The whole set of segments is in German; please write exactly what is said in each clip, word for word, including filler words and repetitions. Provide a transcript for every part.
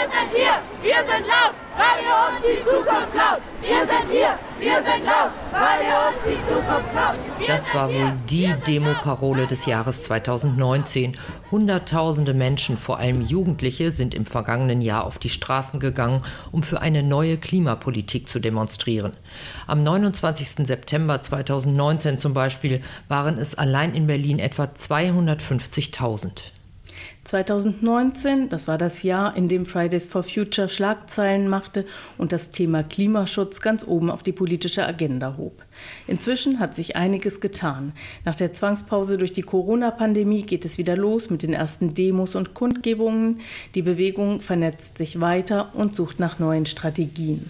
sind hier, wir sind laut, weil ihr uns die Zukunft klaut. Wir sind hier, wir sind laut, weil ihr uns die Zukunft klaut. Wir Das war wohl die Demo-Parole des Jahres zweitausendneunzehn. Hunderttausende Menschen, vor allem Jugendliche, sind im vergangenen Jahr auf die Straßen gegangen, um für eine neue Klimapolitik zu demonstrieren. Am neunundzwanzigsten September zweitausendneunzehn zum Beispiel waren es allein in Berlin etwa zweihundertfünfzigtausend. zweitausendneunzehn, das war das Jahr, in dem Fridays for Future Schlagzeilen machte und das Thema Klimaschutz ganz oben auf die politische Agenda hob. Inzwischen hat sich einiges getan. Nach der Zwangspause durch die Corona-Pandemie geht es wieder los mit den ersten Demos und Kundgebungen. Die Bewegung vernetzt sich weiter und sucht nach neuen Strategien.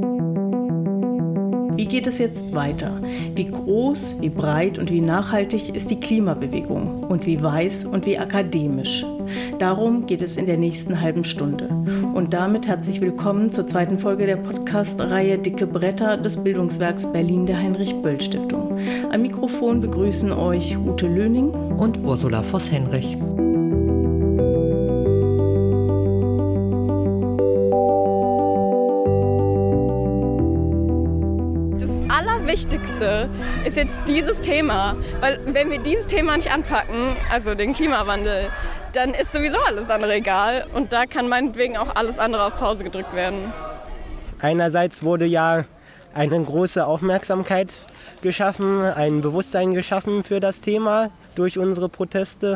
Wie geht es jetzt weiter? Wie groß, wie breit und wie nachhaltig ist die Klimabewegung? Und wie weiß und wie akademisch? Darum geht es in der nächsten halben Stunde. Und damit herzlich willkommen zur zweiten Folge der Podcast-Reihe Dicke Bretter des Bildungswerks Berlin der Heinrich-Böll-Stiftung. Am Mikrofon begrüßen euch Ute Löning und Ursula Voss-Henrich. Wichtigste ist jetzt dieses Thema, weil wenn wir dieses Thema nicht anpacken, also den Klimawandel, dann ist sowieso alles andere egal und da kann meinetwegen auch alles andere auf Pause gedrückt werden. Einerseits wurde ja eine große Aufmerksamkeit geschaffen, ein Bewusstsein geschaffen für das Thema durch unsere Proteste.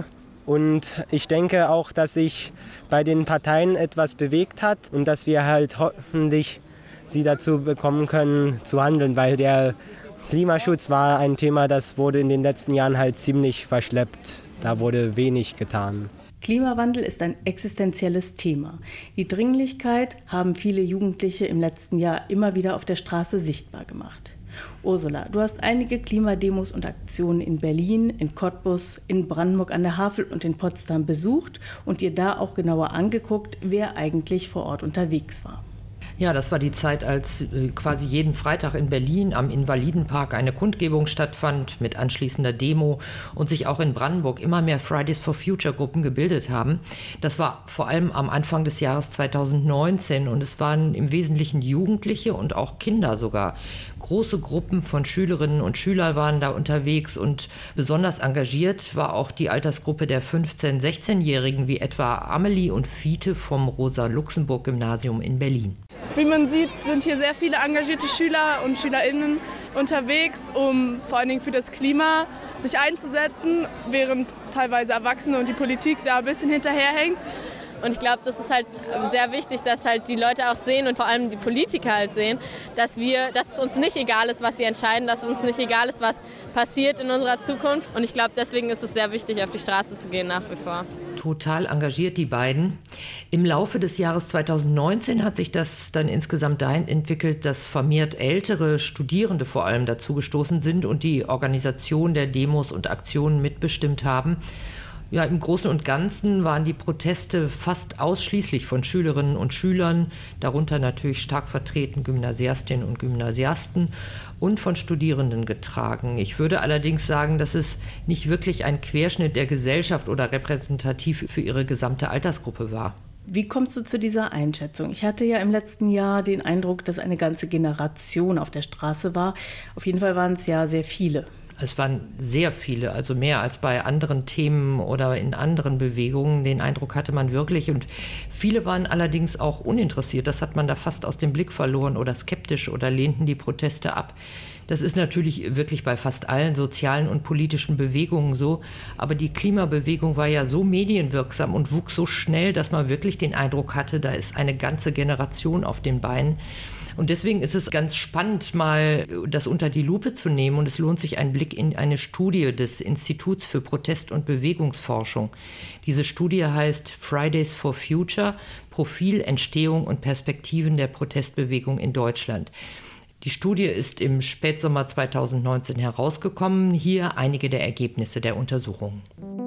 Und ich denke auch, dass sich bei den Parteien etwas bewegt hat und dass wir halt hoffentlich sie dazu bekommen können, zu handeln, weil der Klimaschutz war ein Thema, das wurde in den letzten Jahren halt ziemlich verschleppt. Da wurde wenig getan. Klimawandel ist ein existenzielles Thema. Die Dringlichkeit haben viele Jugendliche im letzten Jahr immer wieder auf der Straße sichtbar gemacht. Ursula, du hast einige Klimademos und Aktionen in Berlin, in Cottbus, in Brandenburg an der Havel und in Potsdam besucht und dir da auch genauer angeguckt, wer eigentlich vor Ort unterwegs war. Ja, das war die Zeit, als äh, quasi jeden Freitag in Berlin am Invalidenpark eine Kundgebung stattfand mit anschließender Demo und sich auch in Brandenburg immer mehr Fridays for Future Gruppen gebildet haben. Das war vor allem am Anfang des Jahres zweitausendneunzehn und es waren im Wesentlichen Jugendliche und auch Kinder sogar. Große Gruppen von Schülerinnen und Schülern waren da unterwegs und besonders engagiert war auch die Altersgruppe der fünfzehn-, sechzehnjährigen wie etwa Amelie und Fiete vom Rosa-Luxemburg-Gymnasium in Berlin. Wie man sieht, sind hier sehr viele engagierte Schüler und SchülerInnen unterwegs, um vor allen Dingen für das Klima sich einzusetzen, während teilweise Erwachsene und die Politik da ein bisschen hinterherhängt. Und ich glaube, das ist halt sehr wichtig, dass halt die Leute auch sehen und vor allem die Politiker halt sehen, dass wir, dass es uns nicht egal ist, was sie entscheiden, dass es uns nicht egal ist, was passiert in unserer Zukunft. Und ich glaube, deswegen ist es sehr wichtig, auf die Straße zu gehen nach wie vor. Total engagiert, die beiden. Im Laufe des Jahres zweitausendneunzehn hat sich das dann insgesamt dahin entwickelt, dass vermehrt ältere Studierende vor allem dazugestoßen sind und die Organisation der Demos und Aktionen mitbestimmt haben. Ja, im Großen und Ganzen waren die Proteste fast ausschließlich von Schülerinnen und Schülern, darunter natürlich stark vertreten Gymnasiastinnen und Gymnasiasten und von Studierenden getragen. Ich würde allerdings sagen, dass es nicht wirklich ein Querschnitt der Gesellschaft oder repräsentativ für ihre gesamte Altersgruppe war. Wie kommst du zu dieser Einschätzung? Ich hatte ja im letzten Jahr den Eindruck, dass eine ganze Generation auf der Straße war. Auf jeden Fall waren es ja sehr viele. Es waren sehr viele, also mehr als bei anderen Themen oder in anderen Bewegungen. Den Eindruck hatte man wirklich. Und viele waren allerdings auch uninteressiert. Das hat man da fast aus dem Blick verloren oder skeptisch oder lehnten die Proteste ab. Das ist natürlich wirklich bei fast allen sozialen und politischen Bewegungen so. Aber die Klimabewegung war ja so medienwirksam und wuchs so schnell, dass man wirklich den Eindruck hatte, da ist eine ganze Generation auf den Beinen. Und deswegen ist es ganz spannend, mal das unter die Lupe zu nehmen. Und es lohnt sich ein Blick in eine Studie des Instituts für Protest- und Bewegungsforschung. Diese Studie heißt Fridays for Future, Profil, Entstehung und Perspektiven der Protestbewegung in Deutschland. Die Studie ist im Spätsommer zweitausendneunzehn herausgekommen. Hier einige der Ergebnisse der Untersuchung.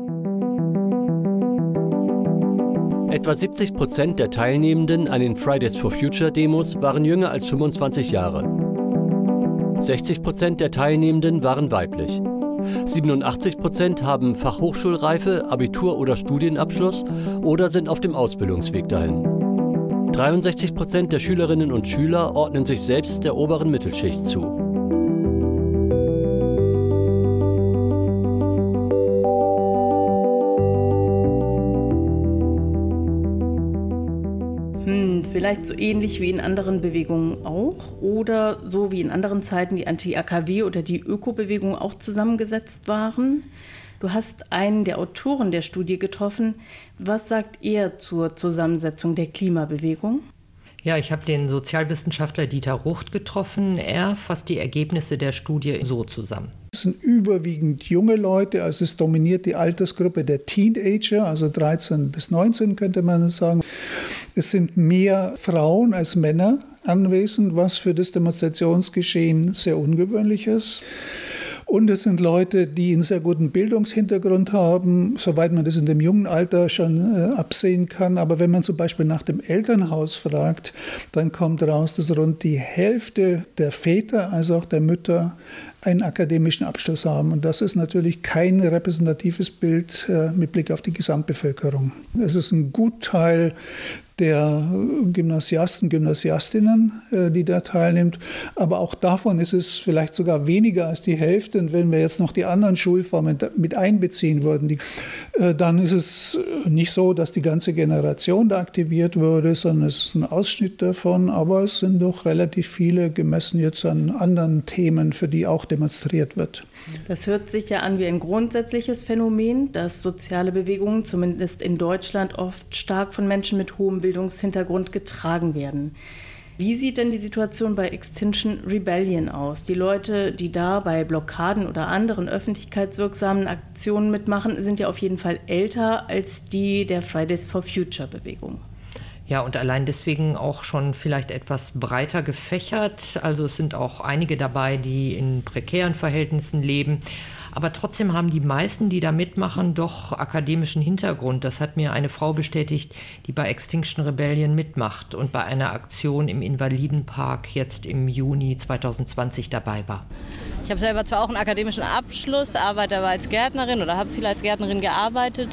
Etwa siebzig Prozent der Teilnehmenden an den Fridays for Future Demos waren jünger als fünfundzwanzig Jahre. sechzig Prozent der Teilnehmenden waren weiblich. siebenundachtzig Prozent haben Fachhochschulreife, Abitur oder Studienabschluss oder sind auf dem Ausbildungsweg dahin. dreiundsechzig Prozent der Schülerinnen und Schüler ordnen sich selbst der oberen Mittelschicht zu. Vielleicht so ähnlich wie in anderen Bewegungen auch oder so wie in anderen Zeiten die Anti-A K W oder die Öko-Bewegung auch zusammengesetzt waren. Du hast einen der Autoren der Studie getroffen. Was sagt er zur Zusammensetzung der Klimabewegung? Ja, ich habe den Sozialwissenschaftler Dieter Rucht getroffen. Er fasst die Ergebnisse der Studie so zusammen. Es sind überwiegend junge Leute, also es dominiert die Altersgruppe der Teenager, also dreizehn bis neunzehn könnte man sagen. Es sind mehr Frauen als Männer anwesend, was für das Demonstrationsgeschehen sehr ungewöhnlich ist. Und es sind Leute, die einen sehr guten Bildungshintergrund haben, soweit man das in dem jungen Alter schon äh, absehen kann. Aber wenn man zum Beispiel nach dem Elternhaus fragt, dann kommt raus, dass rund die Hälfte der Väter, also auch der Mütter, einen akademischen Abschluss haben. Und das ist natürlich kein repräsentatives Bild äh, mit Blick auf die Gesamtbevölkerung. Es ist ein Gutteil der Gymnasiasten, Gymnasiastinnen, äh, die da teilnimmt. Aber auch davon ist es vielleicht sogar weniger als die Hälfte. Und wenn wir jetzt noch die anderen Schulformen mit einbeziehen würden, die, äh, dann ist es nicht so, dass die ganze Generation da aktiviert würde, sondern es ist ein Ausschnitt davon. Aber es sind doch relativ viele, gemessen jetzt an anderen Themen, für die auch demonstriert wird. Das hört sich ja an wie ein grundsätzliches Phänomen, dass soziale Bewegungen, zumindest in Deutschland, oft stark von Menschen mit hohem Bildungshintergrund getragen werden. Wie sieht denn die Situation bei Extinction Rebellion aus? Die Leute, die da bei Blockaden oder anderen öffentlichkeitswirksamen Aktionen mitmachen, sind ja auf jeden Fall älter als die der Fridays for Future Bewegung. Ja, und allein deswegen auch schon vielleicht etwas breiter gefächert. Also es sind auch einige dabei, die in prekären Verhältnissen leben. Aber trotzdem haben die meisten, die da mitmachen, doch akademischen Hintergrund. Das hat mir eine Frau bestätigt, die bei Extinction Rebellion mitmacht und bei einer Aktion im Invalidenpark jetzt im Juni zwanzig zwanzig dabei war. Ich habe selber zwar auch einen akademischen Abschluss, arbeite aber als Gärtnerin oder habe viel als Gärtnerin gearbeitet.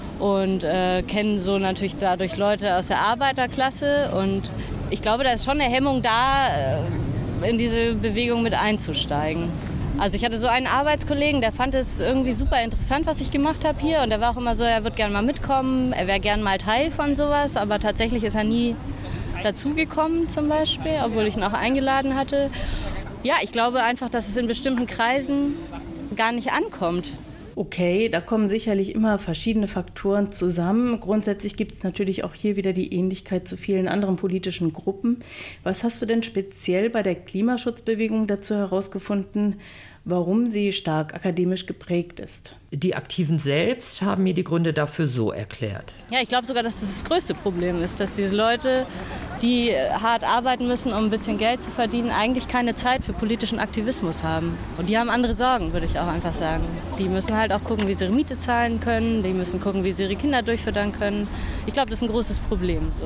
Und äh, kennen so natürlich dadurch Leute aus der Arbeiterklasse. Und ich glaube, da ist schon eine Hemmung da, äh, in diese Bewegung mit einzusteigen. Also ich hatte so einen Arbeitskollegen, der fand es irgendwie super interessant, was ich gemacht habe hier. Und der war auch immer so, er wird gerne mal mitkommen, er wäre gerne mal Teil von sowas. Aber tatsächlich ist er nie dazugekommen zum Beispiel, obwohl ich ihn auch eingeladen hatte. Ja, ich glaube einfach, dass es in bestimmten Kreisen gar nicht ankommt. Okay, da kommen sicherlich immer verschiedene Faktoren zusammen. Grundsätzlich gibt es natürlich auch hier wieder die Ähnlichkeit zu vielen anderen politischen Gruppen. Was hast du denn speziell bei der Klimaschutzbewegung dazu herausgefunden, warum sie stark akademisch geprägt ist? Die Aktiven selbst haben mir die Gründe dafür so erklärt. Ja, ich glaube sogar, dass das das größte Problem ist, dass diese Leute, die hart arbeiten müssen, um ein bisschen Geld zu verdienen, eigentlich keine Zeit für politischen Aktivismus haben. Und die haben andere Sorgen, würde ich auch einfach sagen. Die müssen halt auch gucken, wie sie ihre Miete zahlen können, die müssen gucken, wie sie ihre Kinder durchfüttern können. Ich glaube, das ist ein großes Problem so.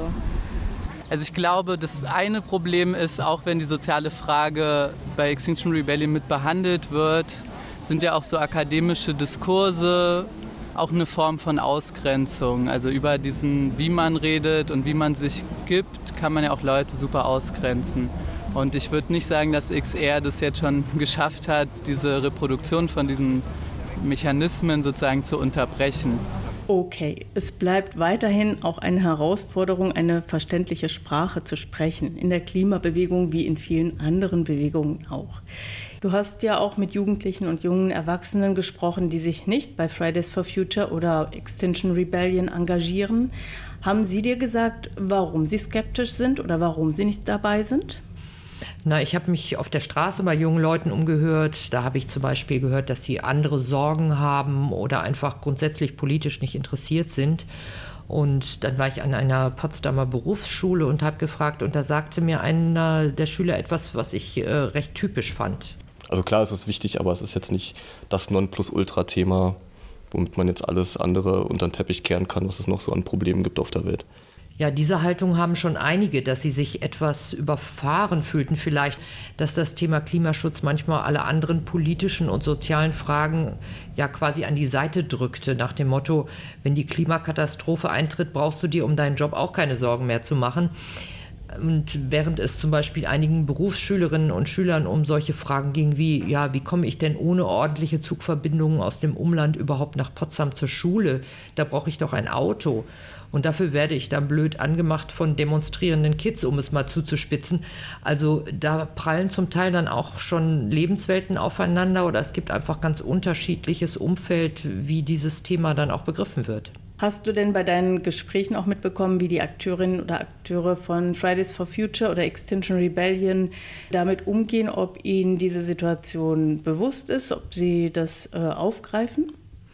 Also ich glaube, das eine Problem ist, auch wenn die soziale Frage bei Extinction Rebellion mit behandelt wird, sind ja auch so akademische Diskurse auch eine Form von Ausgrenzung. Also über diesen, wie man redet und wie man sich gibt, kann man ja auch Leute super ausgrenzen. Und ich würde nicht sagen, dass X R das jetzt schon geschafft hat, diese Reproduktion von diesen Mechanismen sozusagen zu unterbrechen. Okay, es bleibt weiterhin auch eine Herausforderung, eine verständliche Sprache zu sprechen, in der Klimabewegung wie in vielen anderen Bewegungen auch. Du hast ja auch mit Jugendlichen und jungen Erwachsenen gesprochen, die sich nicht bei Fridays for Future oder Extinction Rebellion engagieren. Haben sie dir gesagt, warum sie skeptisch sind oder warum sie nicht dabei sind? Na, ich habe mich auf der Straße bei jungen Leuten umgehört. Da habe ich zum Beispiel gehört, dass sie andere Sorgen haben oder einfach grundsätzlich politisch nicht interessiert sind. Und dann war ich an einer Potsdamer Berufsschule und habe gefragt, und da sagte mir einer der Schüler etwas, was ich äh, recht typisch fand. Also klar, es ist wichtig, aber es ist jetzt nicht das Nonplusultra-Thema, womit man jetzt alles andere unter den Teppich kehren kann, was es noch so an Problemen gibt auf der Welt. Ja, diese Haltung haben schon einige, dass sie sich etwas überfahren fühlten vielleicht, dass das Thema Klimaschutz manchmal alle anderen politischen und sozialen Fragen ja quasi an die Seite drückte, nach dem Motto, wenn die Klimakatastrophe eintritt, brauchst du dir um deinen Job auch keine Sorgen mehr zu machen. Und während es zum Beispiel einigen Berufsschülerinnen und Schülern um solche Fragen ging wie, ja, wie komme ich denn ohne ordentliche Zugverbindungen aus dem Umland überhaupt nach Potsdam zur Schule? Da brauche ich doch ein Auto. Und dafür werde ich dann blöd angemacht von demonstrierenden Kids, um es mal zuzuspitzen. Also da prallen zum Teil dann auch schon Lebenswelten aufeinander oder es gibt einfach ganz unterschiedliches Umfeld, wie dieses Thema dann auch begriffen wird. Hast du denn bei deinen Gesprächen auch mitbekommen, wie die Akteurinnen oder Akteure von Fridays for Future oder Extinction Rebellion damit umgehen, ob ihnen diese Situation bewusst ist, ob sie das äh, aufgreifen?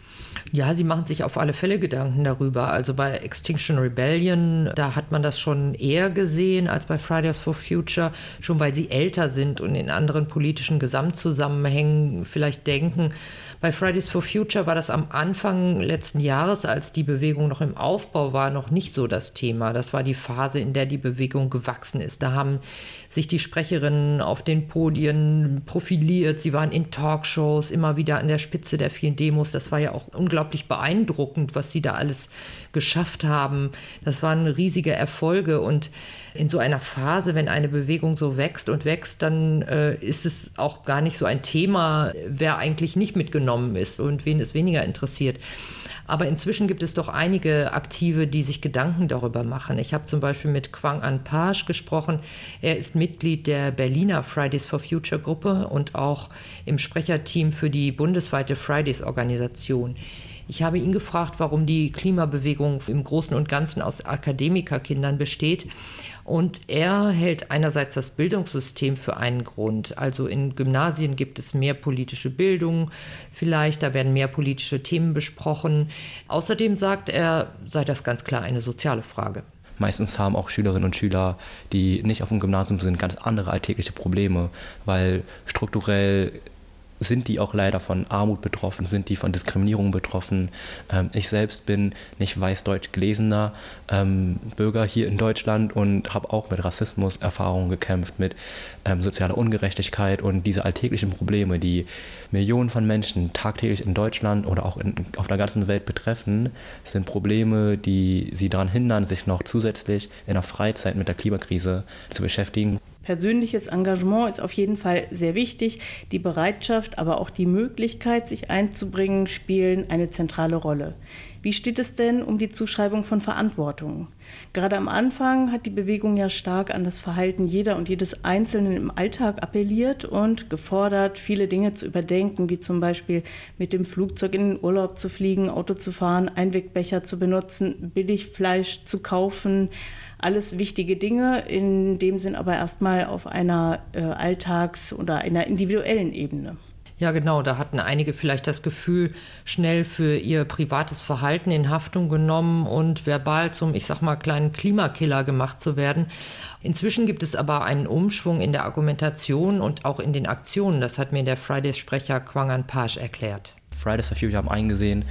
Ja, sie machen sich auf alle Fälle Gedanken darüber. Also bei Extinction Rebellion, da hat man das schon eher gesehen als bei Fridays for Future, schon weil sie älter sind und in anderen politischen Gesamtzusammenhängen vielleicht denken. Bei Fridays for Future war das am Anfang letzten Jahres, als die Bewegung noch im Aufbau war, noch nicht so das Thema. Das war die Phase, in der die Bewegung gewachsen ist. Da haben sich die Sprecherinnen auf den Podien profiliert. Sie waren in Talkshows, immer wieder an der Spitze der vielen Demos. Das war ja auch unglaublich beeindruckend, was sie da alles geschafft haben. Das waren riesige Erfolge. Und in so einer Phase, wenn eine Bewegung so wächst und wächst, dann äh, ist es auch gar nicht so ein Thema, wer eigentlich nicht mitgenommen ist und wen es weniger interessiert. Aber inzwischen gibt es doch einige Aktive, die sich Gedanken darüber machen. Ich habe zum Beispiel mit Quang An Page gesprochen. Er ist Mitglied der Berliner Fridays for Future Gruppe und auch im Sprecherteam für die bundesweite Fridays-Organisation. Ich habe ihn gefragt, warum die Klimabewegung im Großen und Ganzen aus Akademikerkindern besteht. Und er hält einerseits das Bildungssystem für einen Grund. Also in Gymnasien gibt es mehr politische Bildung, vielleicht, da werden mehr politische Themen besprochen. Außerdem sagt er, sei das ganz klar eine soziale Frage. Meistens haben auch Schülerinnen und Schüler, die nicht auf dem Gymnasium sind, ganz andere alltägliche Probleme, weil strukturell sind die auch leider von Armut betroffen, sind die von Diskriminierung betroffen. Ähm, ich selbst bin nicht weiß-deutsch gelesener ähm, Bürger hier in Deutschland und habe auch mit Rassismus Erfahrungen gekämpft, mit ähm, sozialer Ungerechtigkeit und diese alltäglichen Probleme, die Millionen von Menschen tagtäglich in Deutschland oder auch in, auf der ganzen Welt betreffen, sind Probleme, die sie daran hindern, sich noch zusätzlich in der Freizeit mit der Klimakrise zu beschäftigen. Persönliches Engagement ist auf jeden Fall sehr wichtig. Die Bereitschaft, aber auch die Möglichkeit, sich einzubringen, spielen eine zentrale Rolle. Wie steht es denn um die Zuschreibung von Verantwortung? Gerade am Anfang hat die Bewegung ja stark an das Verhalten jeder und jedes Einzelnen im Alltag appelliert und gefordert, viele Dinge zu überdenken, wie zum Beispiel mit dem Flugzeug in den Urlaub zu fliegen, Auto zu fahren, Einwegbecher zu benutzen, Billigfleisch zu kaufen. Alles wichtige Dinge, in dem Sinn aber erstmal auf einer äh, Alltags- oder einer individuellen Ebene. Ja, genau, da hatten einige vielleicht das Gefühl, schnell für ihr privates Verhalten in Haftung genommen und verbal zum, ich sag mal, kleinen Klimakiller gemacht zu werden. Inzwischen gibt es aber einen Umschwung in der Argumentation und auch in den Aktionen. Das hat mir der Fridays-Sprecher Quang An Page erklärt. Fridays for Future haben eingesehen,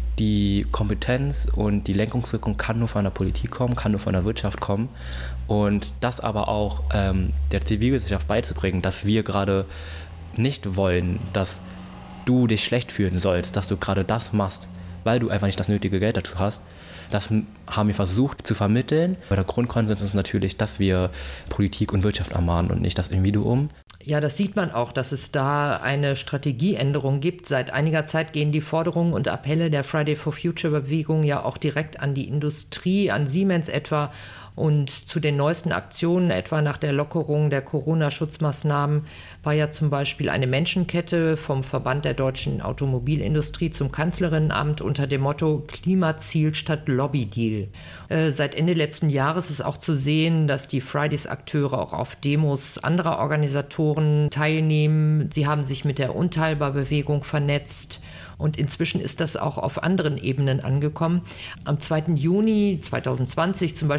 die Kompetenz und die Lenkungswirkung kann nur von der Politik kommen, kann nur von der Wirtschaft kommen. Und das aber auch ähm, der Zivilgesellschaft beizubringen, dass wir gerade nicht wollen, dass du dich schlecht fühlen sollst, dass du gerade das machst, weil du einfach nicht das nötige Geld dazu hast. Das haben wir versucht zu vermitteln. Aber der Grundkonsens ist natürlich, dass wir Politik und Wirtschaft ermahnen und nicht das Individuum. Ja, das sieht man auch, dass es da eine Strategieänderung gibt. Seit einiger Zeit gehen die Forderungen und Appelle der Friday for Future Bewegung ja auch direkt an die Industrie, an Siemens etwa. Und zu den neuesten Aktionen, etwa nach der Lockerung der Corona-Schutzmaßnahmen, war ja zum Beispiel eine Menschenkette vom Verband der deutschen Automobilindustrie zum Kanzlerinnenamt unter dem Motto Klimaziel statt Lobbydeal. Äh, seit Ende letzten Jahres ist auch zu sehen, dass die Fridays-Akteure auch auf Demos anderer Organisatoren teilnehmen. Sie haben sich mit der Unteilbar-Bewegung vernetzt. Und inzwischen ist das auch auf anderen Ebenen angekommen. Am zweiten Juni zweitausendzwanzig zum Beispiel ist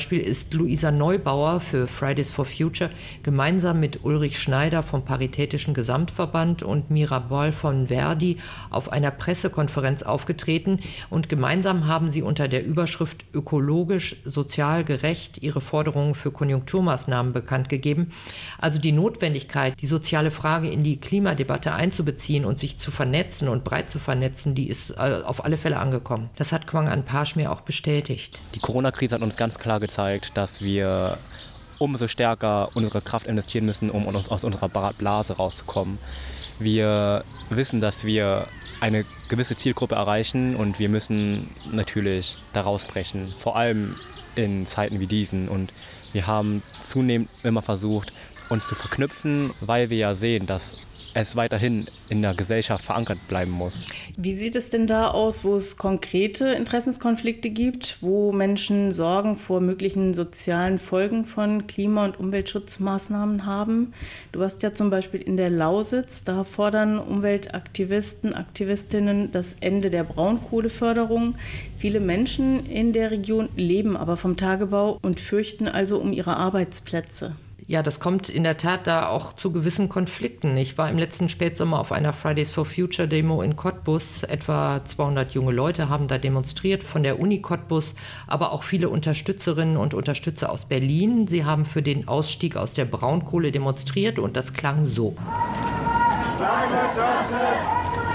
ist Luisa Neubauer für Fridays for Future gemeinsam mit Ulrich Schneider vom Paritätischen Gesamtverband und Mira Boll von Verdi auf einer Pressekonferenz aufgetreten und gemeinsam haben sie unter der Überschrift ökologisch, sozial gerecht ihre Forderungen für Konjunkturmaßnahmen bekannt gegeben. Also die Notwendigkeit, die soziale Frage in die Klimadebatte einzubeziehen und sich zu vernetzen und breit zu vernetzen, die ist auf alle Fälle angekommen. Das hat Kwang Anpage mir auch bestätigt. Die Corona-Krise hat uns ganz klar gezeigt, dass wir umso stärker unsere Kraft investieren müssen, um aus unserer Blase rauszukommen. Wir wissen, dass wir eine gewisse Zielgruppe erreichen und wir müssen natürlich da rausbrechen, vor allem in Zeiten wie diesen. Und wir haben zunehmend immer versucht, uns zu verknüpfen, weil wir ja sehen, dass es weiterhin in der Gesellschaft verankert bleiben muss. Wie sieht es denn da aus, wo es konkrete Interessenskonflikte gibt, wo Menschen Sorgen vor möglichen sozialen Folgen von Klima- und Umweltschutzmaßnahmen haben? Du warst ja zum Beispiel in der Lausitz, da fordern Umweltaktivisten, Aktivistinnen das Ende der Braunkohleförderung. Viele Menschen in der Region leben aber vom Tagebau und fürchten also um ihre Arbeitsplätze. Ja, das kommt in der Tat da auch zu gewissen Konflikten. Ich war im letzten Spätsommer auf einer Fridays for Future Demo in Cottbus. Etwa zweihundert junge Leute haben da demonstriert von der Uni Cottbus, aber auch viele Unterstützerinnen und Unterstützer aus Berlin. Sie haben für den Ausstieg aus der Braunkohle demonstriert und das klang so. Climate Justice!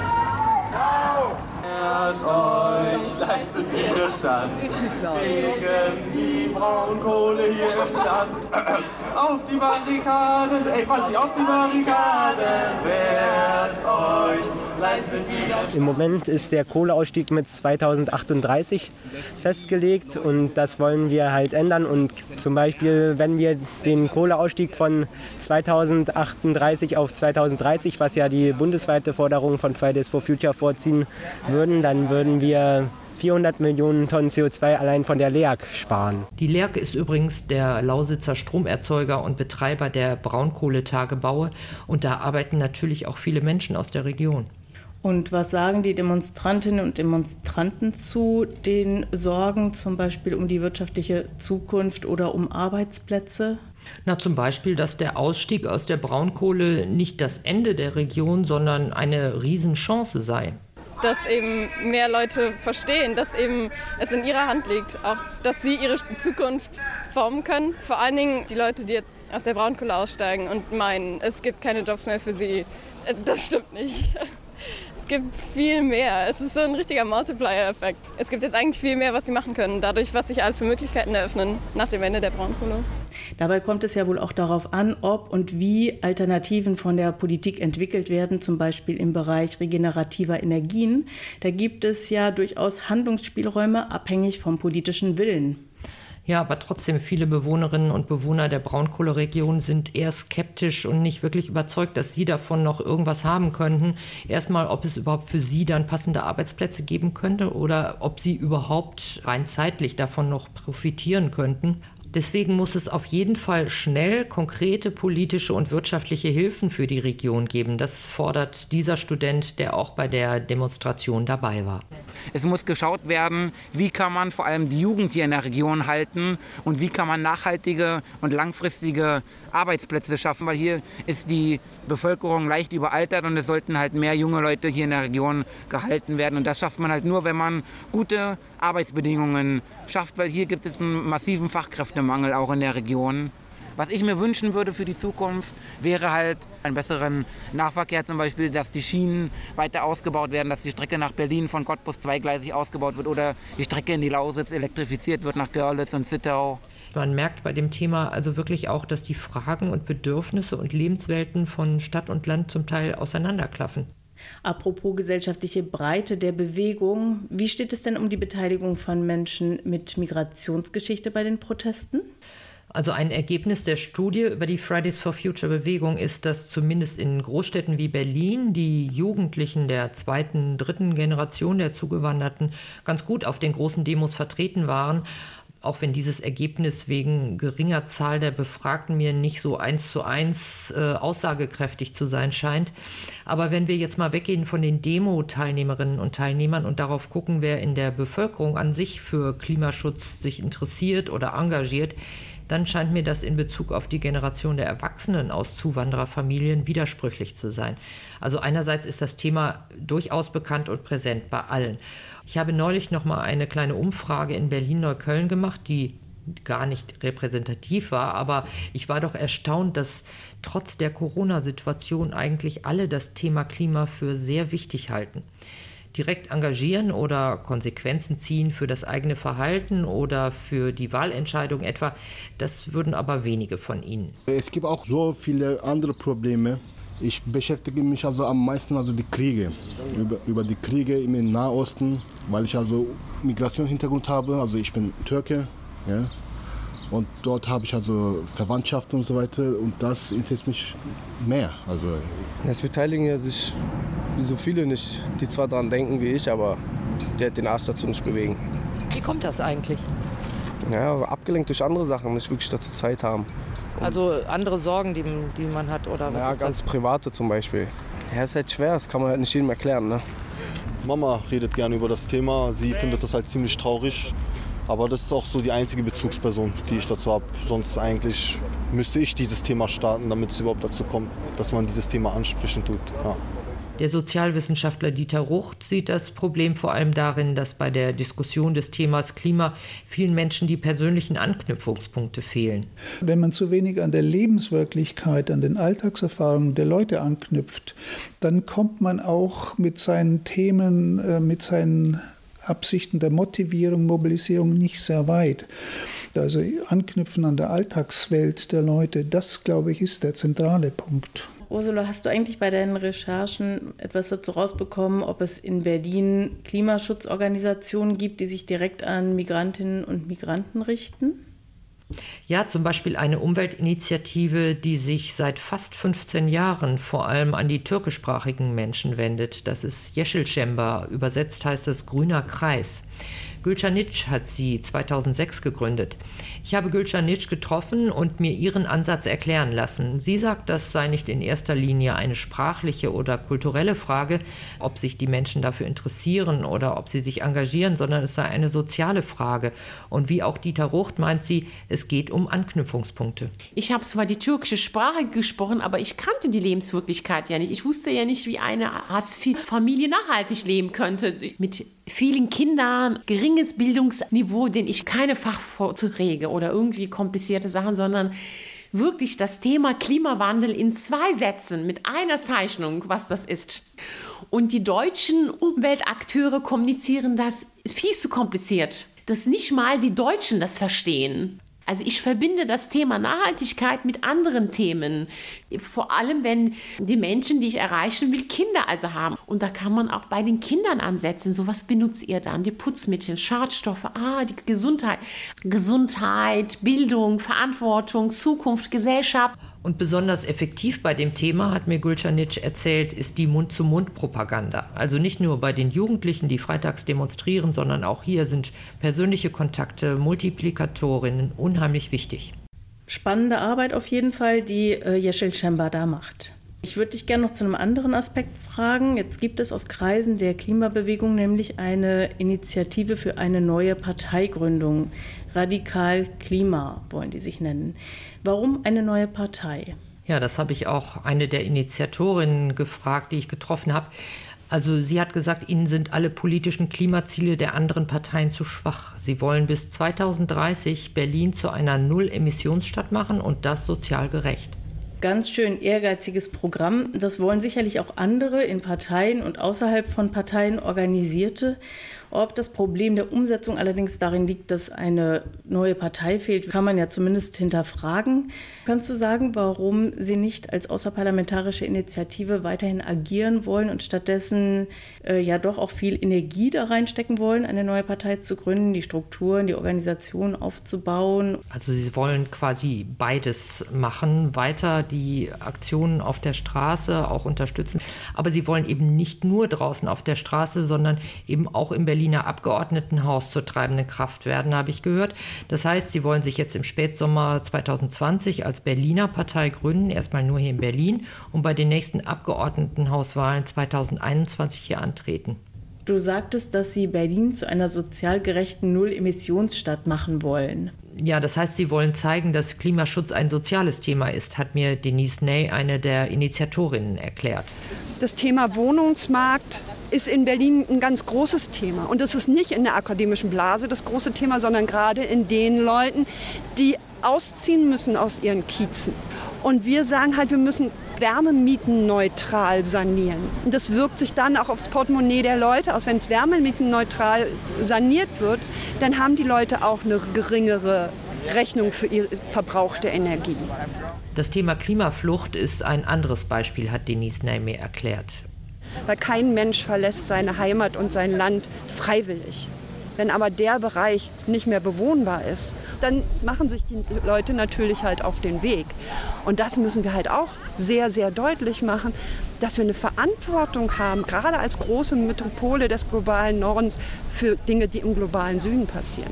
Now! Euch leistet Widerstand gegen die Braunkohle hier im Land. Auf die Barrikaden, ey, Franzi, auf die Barrikaden, wehrt euch, leistet Widerstand. Im Moment ist der Kohleausstieg mit zweitausendachtunddreißig festgelegt und das wollen wir halt ändern. Und zum Beispiel, wenn wir den Kohleausstieg von zweitausendachtunddreißig auf zweitausenddreißig, was ja die bundesweite Forderung von Fridays for Future vorziehen würden, dann würden wir vierhundert Millionen Tonnen C O zwei allein von der L E A G sparen. Die L E A G ist übrigens der Lausitzer Stromerzeuger und Betreiber der Braunkohletagebaue und da arbeiten natürlich auch viele Menschen aus der Region. Und was sagen die Demonstrantinnen und Demonstranten zu den Sorgen zum Beispiel um die wirtschaftliche Zukunft oder um Arbeitsplätze? Na, zum Beispiel, dass der Ausstieg aus der Braunkohle nicht das Ende der Region, sondern eine Riesenchance sei. Dass eben mehr Leute verstehen, dass eben es in ihrer Hand liegt, auch dass sie ihre Zukunft formen können. Vor allen Dingen die Leute, die aus der Braunkohle aussteigen und meinen, es gibt keine Jobs mehr für sie. Das stimmt nicht. Es gibt viel mehr. Es ist so ein richtiger Multiplier-Effekt. Es gibt jetzt eigentlich viel mehr, was sie machen können, dadurch, was sich alles für Möglichkeiten eröffnen nach dem Ende der Braunkohle. Dabei kommt es ja wohl auch darauf an, ob und wie Alternativen von der Politik entwickelt werden, zum Beispiel im Bereich regenerativer Energien. Da gibt es ja durchaus Handlungsspielräume, abhängig vom politischen Willen. Ja, aber trotzdem, viele Bewohnerinnen und Bewohner der Braunkohleregion sind eher skeptisch und nicht wirklich überzeugt, dass sie davon noch irgendwas haben könnten. Erstmal, ob es überhaupt für sie dann passende Arbeitsplätze geben könnte oder ob sie überhaupt rein zeitlich davon noch profitieren könnten. Deswegen muss es auf jeden Fall schnell konkrete politische und wirtschaftliche Hilfen für die Region geben. Das fordert dieser Student, der auch bei der Demonstration dabei war. Es muss geschaut werden, wie kann man vor allem die Jugend hier in der Region halten und wie kann man nachhaltige und langfristige Arbeitsplätze schaffen, weil hier ist die Bevölkerung leicht überaltert und es sollten halt mehr junge Leute hier in der Region gehalten werden. Und das schafft man halt nur, wenn man gute Arbeitsbedingungen schafft, weil hier gibt es einen massiven Fachkräftemangel auch in der Region. Was ich mir wünschen würde für die Zukunft, wäre halt einen besseren Nahverkehr, zum Beispiel, dass die Schienen weiter ausgebaut werden, dass die Strecke nach Berlin von Cottbus zweigleisig ausgebaut wird oder die Strecke in die Lausitz elektrifiziert wird nach Görlitz und Zittau. Man merkt bei dem Thema also wirklich auch, dass die Fragen und Bedürfnisse und Lebenswelten von Stadt und Land zum Teil auseinanderklaffen. Apropos gesellschaftliche Breite der Bewegung, wie steht es denn um die Beteiligung von Menschen mit Migrationsgeschichte bei den Protesten? Also ein Ergebnis der Studie über die Fridays for Future Bewegung ist, dass zumindest in Großstädten wie Berlin die Jugendlichen der zweiten, dritten Generation der Zugewanderten ganz gut auf den großen Demos vertreten waren. auch wenn dieses Ergebnis wegen geringer Zahl der Befragten mir nicht so eins zu eins äh, aussagekräftig zu sein scheint. Aber wenn wir jetzt mal weggehen von den Demo-Teilnehmerinnen und Teilnehmern und darauf gucken, wer in der Bevölkerung an sich für Klimaschutz sich interessiert oder engagiert, dann scheint mir das in Bezug auf die Generation der Erwachsenen aus Zuwandererfamilien widersprüchlich zu sein. Also einerseits ist das Thema durchaus bekannt und präsent bei allen. Ich habe neulich noch mal eine kleine Umfrage in Berlin-Neukölln gemacht, die gar nicht repräsentativ war, aber ich war doch erstaunt, dass trotz der Corona-Situation eigentlich alle das Thema Klima für sehr wichtig halten. Direkt engagieren oder Konsequenzen ziehen für das eigene Verhalten oder für die Wahlentscheidung etwa, das würden aber wenige von ihnen. Es gibt auch so viele andere Probleme. Ich beschäftige mich also am meisten also die Kriege, über, über die Kriege im Nahen Osten, weil ich also Migrationshintergrund habe, also ich bin Türke, ja, und dort habe ich also Verwandtschaft und so weiter und das interessiert mich mehr. Also es beteiligen ja sich so viele nicht, die zwar daran denken wie ich, aber die halt den Arsch dazu nicht bewegen. Wie kommt das eigentlich? Ja, abgelenkt durch andere Sachen, nicht wirklich dazu Zeit haben. Also andere Sorgen, die, die man hat oder was ja, ist ganz das? private zum Beispiel. Ja, ist halt schwer, das kann man halt nicht jedem erklären. Ne? Mama redet gerne über das Thema, sie findet das halt ziemlich traurig. Aber das ist auch so die einzige Bezugsperson, die ich dazu habe. Sonst eigentlich müsste ich dieses Thema starten, damit es überhaupt dazu kommt, dass man dieses Thema ansprechen tut. Ja. Der Sozialwissenschaftler Dieter Rucht sieht das Problem vor allem darin, dass bei der Diskussion des Themas Klima vielen Menschen die persönlichen Anknüpfungspunkte fehlen. Wenn man zu wenig an der Lebenswirklichkeit, an den Alltagserfahrungen der Leute anknüpft, dann kommt man auch mit seinen Themen, äh, mit seinen Absichten der Motivierung, Mobilisierung nicht sehr weit. Also anknüpfen an der Alltagswelt der Leute, das, glaube ich, ist der zentrale Punkt. Ursula, hast du eigentlich bei deinen Recherchen etwas dazu rausbekommen, ob es in Berlin Klimaschutzorganisationen gibt, die sich direkt an Migrantinnen und Migranten richten? Ja, zum Beispiel eine Umweltinitiative, die sich seit fast fünfzehn Jahren vor allem an die türkischsprachigen Menschen wendet. Das ist Yeşilçember, übersetzt heißt es Grüner Kreis. Gülşanic hat sie zweitausendsechs gegründet. Ich habe Gülşanic getroffen und mir ihren Ansatz erklären lassen. Sie sagt, das sei nicht in erster Linie eine sprachliche oder kulturelle Frage, ob sich die Menschen dafür interessieren oder ob sie sich engagieren, sondern es sei eine soziale Frage. Und wie auch Dieter Rucht meint sie, es geht um Anknüpfungspunkte. Ich habe zwar die türkische Sprache gesprochen, aber ich kannte die Lebenswirklichkeit ja nicht. Ich wusste ja nicht, wie eine Hartz-vier-Familie nachhaltig leben könnte. Mit vielen Kindern, geringes Bildungsniveau, denn ich keine Fachvorträge oder irgendwie komplizierte Sachen, sondern wirklich das Thema Klimawandel in zwei Sätzen mit einer Zeichnung, was das ist. Und die deutschen Umweltakteure kommunizieren das viel zu kompliziert, dass nicht mal die Deutschen das verstehen. Also ich verbinde das Thema Nachhaltigkeit mit anderen Themen. Vor allem, wenn die Menschen, die ich erreichen will, Kinder also haben. Und da kann man auch bei den Kindern ansetzen. So, was benutzt ihr dann? Die Putzmittel, Schadstoffe, ah, die Gesundheit. Gesundheit, Bildung, Verantwortung, Zukunft, Gesellschaft. Und besonders effektiv bei dem Thema, hat mir Gülşanic erzählt, ist die Mund-zu-Mund-Propaganda. Also nicht nur bei den Jugendlichen, die freitags demonstrieren, sondern auch hier sind persönliche Kontakte, Multiplikatorinnen unheimlich wichtig. Spannende Arbeit auf jeden Fall, die äh, Yeşilçember da macht. Ich würde dich gerne noch zu einem anderen Aspekt fragen. Jetzt gibt es aus Kreisen der Klimabewegung nämlich eine Initiative für eine neue Parteigründung. Radikal Klima wollen die sich nennen. Warum eine neue Partei? Ja, das habe ich auch eine der Initiatorinnen gefragt, die ich getroffen habe. Also sie hat gesagt, ihnen sind alle politischen Klimaziele der anderen Parteien zu schwach. Sie wollen bis zweitausenddreißig Berlin zu einer Null-Emissionsstadt machen und das sozial gerecht. Ganz schön ehrgeiziges Programm. Das wollen sicherlich auch andere in Parteien und außerhalb von Parteien organisierte. Ob das Problem der Umsetzung allerdings darin liegt, dass eine neue Partei fehlt, kann man ja zumindest hinterfragen. Kannst du sagen, warum Sie nicht als außerparlamentarische Initiative weiterhin agieren wollen und stattdessen äh, ja doch auch viel Energie da reinstecken wollen, eine neue Partei zu gründen, die Strukturen, die Organisation aufzubauen? Also Sie wollen quasi beides machen, weiter die Aktionen auf der Straße auch unterstützen. Aber Sie wollen eben nicht nur draußen auf der Straße, sondern eben auch in Berlin Berliner Abgeordnetenhaus zur treibenden Kraft werden, habe ich gehört. Das heißt, Sie wollen sich jetzt im Spätsommer zwanzig zwanzig als Berliner Partei gründen, erstmal nur hier in Berlin, und bei den nächsten Abgeordnetenhauswahlen zwanzig einundzwanzig hier antreten. Du sagtest, dass Sie Berlin zu einer sozial gerechten Null-Emissionsstadt machen wollen. Ja, das heißt, Sie wollen zeigen, dass Klimaschutz ein soziales Thema ist, hat mir Denise Ney, eine der Initiatorinnen, erklärt. Das Thema Wohnungsmarkt ist in Berlin ein ganz großes Thema. Und das ist nicht in der akademischen Blase das große Thema, sondern gerade in den Leuten, die ausziehen müssen aus ihren Kiezen. Und wir sagen halt, wir müssen wärmemietenneutral sanieren. Und das wirkt sich dann auch aufs Portemonnaie der Leute aus. Wenn es wärmemietenneutral saniert wird, dann haben die Leute auch eine geringere Rechnung für ihre verbrauchte Energie. Das Thema Klimaflucht ist ein anderes Beispiel, hat Denise Ney mir erklärt. Weil kein Mensch verlässt seine Heimat und sein Land freiwillig. Wenn aber der Bereich nicht mehr bewohnbar ist, dann machen sich die Leute natürlich halt auf den Weg. Und das müssen wir halt auch sehr, sehr deutlich machen, dass wir eine Verantwortung haben, gerade als große Metropole des globalen Nordens, für Dinge, die im globalen Süden passieren.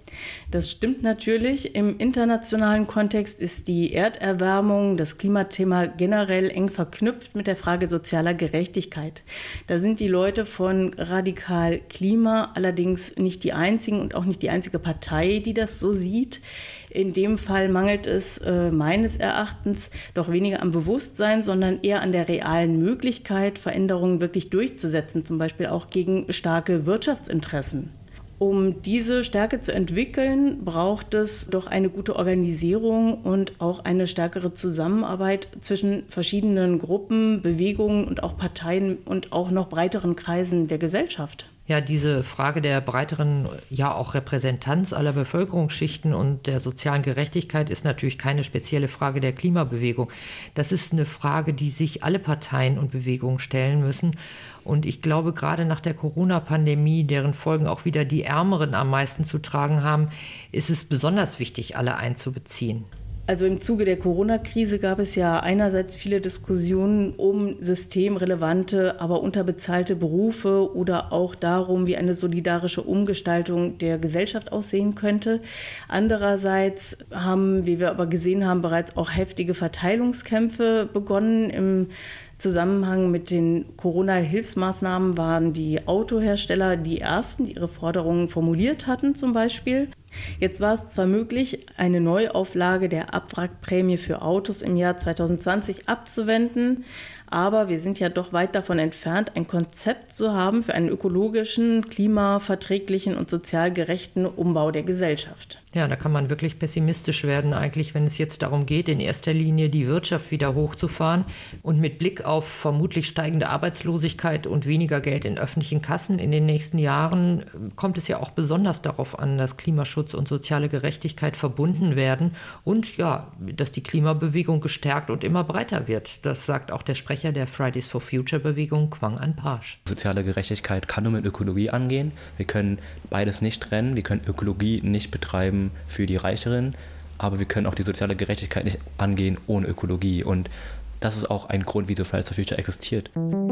Das stimmt natürlich. Im internationalen Kontext ist die Erderwärmung, das Klimathema generell eng verknüpft mit der Frage sozialer Gerechtigkeit. Da sind die Leute von Radikal Klima allerdings nicht die einzigen und auch nicht die einzige Partei, die das so sieht. In dem Fall mangelt es äh, meines Erachtens doch weniger am Bewusstsein, sondern eher an der realen Möglichkeit, Veränderungen wirklich durchzusetzen, zum Beispiel auch gegen starke Wirtschaftsinteressen. Um diese Stärke zu entwickeln, braucht es doch eine gute Organisierung und auch eine stärkere Zusammenarbeit zwischen verschiedenen Gruppen, Bewegungen und auch Parteien und auch noch breiteren Kreisen der Gesellschaft. Ja, diese Frage der breiteren, ja auch Repräsentanz aller Bevölkerungsschichten und der sozialen Gerechtigkeit ist natürlich keine spezielle Frage der Klimabewegung. Das ist eine Frage, die sich alle Parteien und Bewegungen stellen müssen. Und ich glaube, gerade nach der Corona-Pandemie, deren Folgen auch wieder die Ärmeren am meisten zu tragen haben, ist es besonders wichtig, alle einzubeziehen. Also im Zuge der Corona-Krise gab es ja einerseits viele Diskussionen um systemrelevante, aber unterbezahlte Berufe oder auch darum, wie eine solidarische Umgestaltung der Gesellschaft aussehen könnte. Andererseits haben, wie wir aber gesehen haben, bereits auch heftige Verteilungskämpfe begonnen. Im Zusammenhang mit den Corona-Hilfsmaßnahmen waren die Autohersteller die ersten, die ihre Forderungen formuliert hatten zum Beispiel. Jetzt war es zwar möglich, eine Neuauflage der Abwrackprämie für Autos im Jahr zwanzig zwanzig abzuwenden, aber wir sind ja doch weit davon entfernt, ein Konzept zu haben für einen ökologischen, klimaverträglichen und sozial gerechten Umbau der Gesellschaft. Ja, da kann man wirklich pessimistisch werden eigentlich, wenn es jetzt darum geht, in erster Linie die Wirtschaft wieder hochzufahren. Und mit Blick auf vermutlich steigende Arbeitslosigkeit und weniger Geld in öffentlichen Kassen in den nächsten Jahren kommt es ja auch besonders darauf an, dass Klimaschutz und soziale Gerechtigkeit verbunden werden und ja, dass die Klimabewegung gestärkt und immer breiter wird. Das sagt auch der Sprecher der Fridays for Future Bewegung, Quang An Pasch. Soziale Gerechtigkeit kann nur mit Ökologie angehen. Wir können beides nicht trennen. Wir können Ökologie nicht betreiben für die Reicheren, aber wir können auch die soziale Gerechtigkeit nicht angehen ohne Ökologie. Und das ist auch ein Grund, wieso Fridays for Future existiert.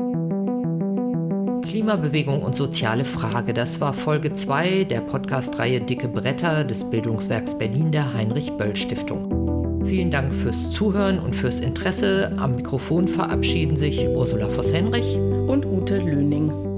Klimabewegung und soziale Frage, das war Folge zwei der Podcast-Reihe Dicke Bretter des Bildungswerks Berlin der Heinrich-Böll-Stiftung. Vielen Dank fürs Zuhören und fürs Interesse. Am Mikrofon verabschieden sich Ursula Voss-Henrich und Ute Löning.